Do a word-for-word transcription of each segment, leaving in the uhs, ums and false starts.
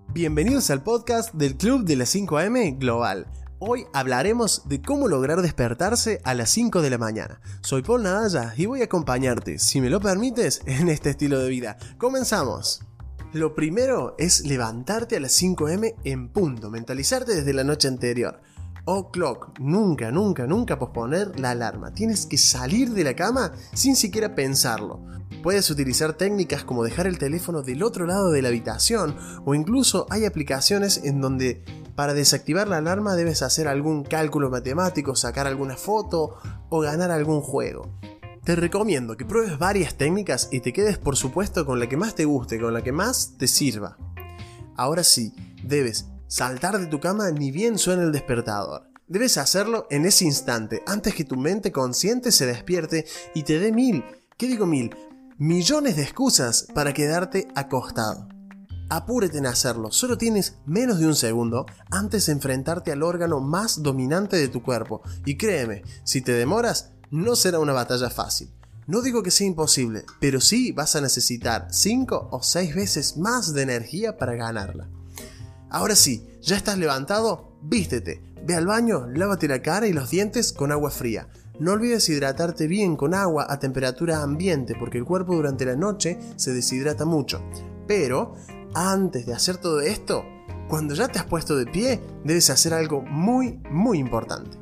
Bienvenidos al podcast del Club de las cinco a eme Global. Hoy hablaremos de cómo lograr despertarse a las cinco de la mañana. Soy Paul Nadalla y voy a acompañarte, si me lo permites, en este estilo de vida. ¡Comenzamos! Lo primero es levantarte a las cinco a eme en punto, mentalizarte desde la noche anterior. O'clock, nunca, nunca, nunca posponer la alarma. Tienes que salir de la cama sin siquiera pensarlo. Puedes utilizar técnicas como dejar el teléfono del otro lado de la habitación, o incluso hay aplicaciones en donde para desactivar la alarma debes hacer algún cálculo matemático, sacar alguna foto o ganar algún juego. Te recomiendo que pruebes varias técnicas y te quedes por supuesto con la que más te guste, con la que más te sirva. Ahora sí, debes saltar de tu cama ni bien suena el despertador. Debes hacerlo en ese instante, antes que tu mente consciente se despierte y te dé mil, ¿qué digo mil? Millones de excusas para quedarte acostado. Apúrate en hacerlo, solo tienes menos de un segundo antes de enfrentarte al órgano más dominante de tu cuerpo. Y créeme, si te demoras, no será una batalla fácil. No digo que sea imposible, pero sí vas a necesitar cinco o seis veces más de energía para ganarla. Ahora sí, ya estás levantado, vístete, ve al baño, lávate la cara y los dientes con agua fría. No olvides hidratarte bien con agua a temperatura ambiente porque el cuerpo durante la noche se deshidrata mucho. Pero antes de hacer todo esto, cuando ya te has puesto de pie, debes hacer algo muy, muy importante.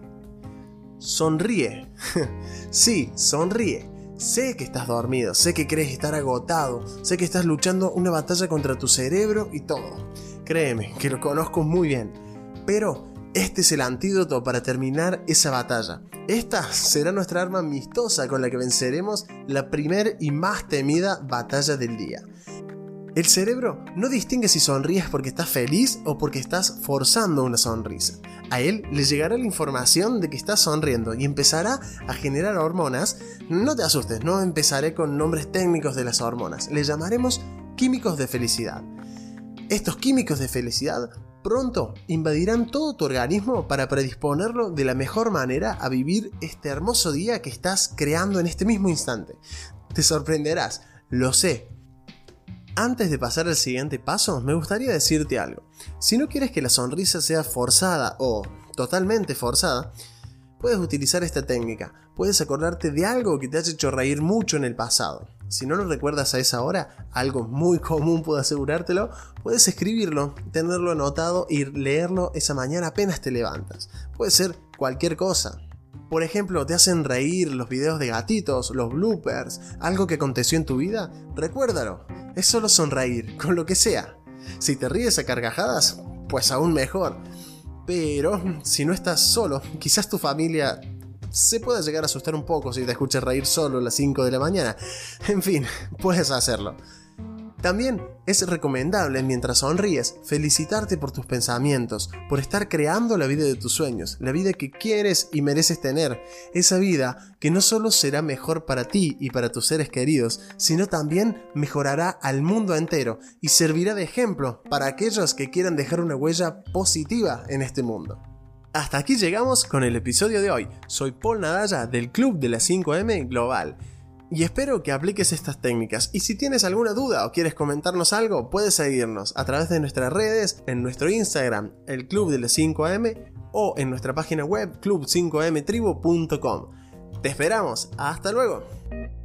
Sonríe. Sí, sonríe. Sé que estás dormido, sé que crees estar agotado, sé que estás luchando una batalla contra tu cerebro y todo. Créeme, que lo conozco muy bien. Pero este es el antídoto para terminar esa batalla. Esta será nuestra arma amistosa con la que venceremos la primer y más temida batalla del día. El cerebro no distingue si sonríes porque estás feliz o porque estás forzando una sonrisa. A él le llegará la información de que estás sonriendo y empezará a generar hormonas. No te asustes, no empezaré con nombres técnicos de las hormonas. Le llamaremos químicos de felicidad. Estos químicos de felicidad pronto invadirán todo tu organismo para predisponerlo de la mejor manera a vivir este hermoso día que estás creando en este mismo instante. Te sorprenderás, lo sé. Antes de pasar al siguiente paso, me gustaría decirte algo. Si no quieres que la sonrisa sea forzada o totalmente forzada, puedes utilizar esta técnica. Puedes acordarte de algo que te haya hecho reír mucho en el pasado. Si no lo recuerdas a esa hora, algo muy común puedo asegurártelo, puedes escribirlo, tenerlo anotado y leerlo esa mañana apenas te levantas. Puede ser cualquier cosa. Por ejemplo, ¿te hacen reír los videos de gatitos, los bloopers, algo que aconteció en tu vida? Recuérdalo, es solo sonreír, con lo que sea. Si te ríes a carcajadas, pues aún mejor. Pero si no estás solo, quizás tu familia se pueda llegar a asustar un poco si te escuchas reír solo a las cinco de la mañana. En fin, puedes hacerlo. También es recomendable, mientras sonríes, felicitarte por tus pensamientos, por estar creando la vida de tus sueños, la vida que quieres y mereces tener, esa vida que no solo será mejor para ti y para tus seres queridos, sino también mejorará al mundo entero y servirá de ejemplo para aquellos que quieran dejar una huella positiva en este mundo. Hasta aquí llegamos con el episodio de hoy. Soy Paul Nadalla del Club de las cinco a eme Global. Y espero que apliques estas técnicas. Y si tienes alguna duda o quieres comentarnos algo, puedes seguirnos a través de nuestras redes, en nuestro Instagram, el Club de las cinco a eme, o en nuestra página web club cinco a eme tribu punto com. Te esperamos. ¡Hasta luego!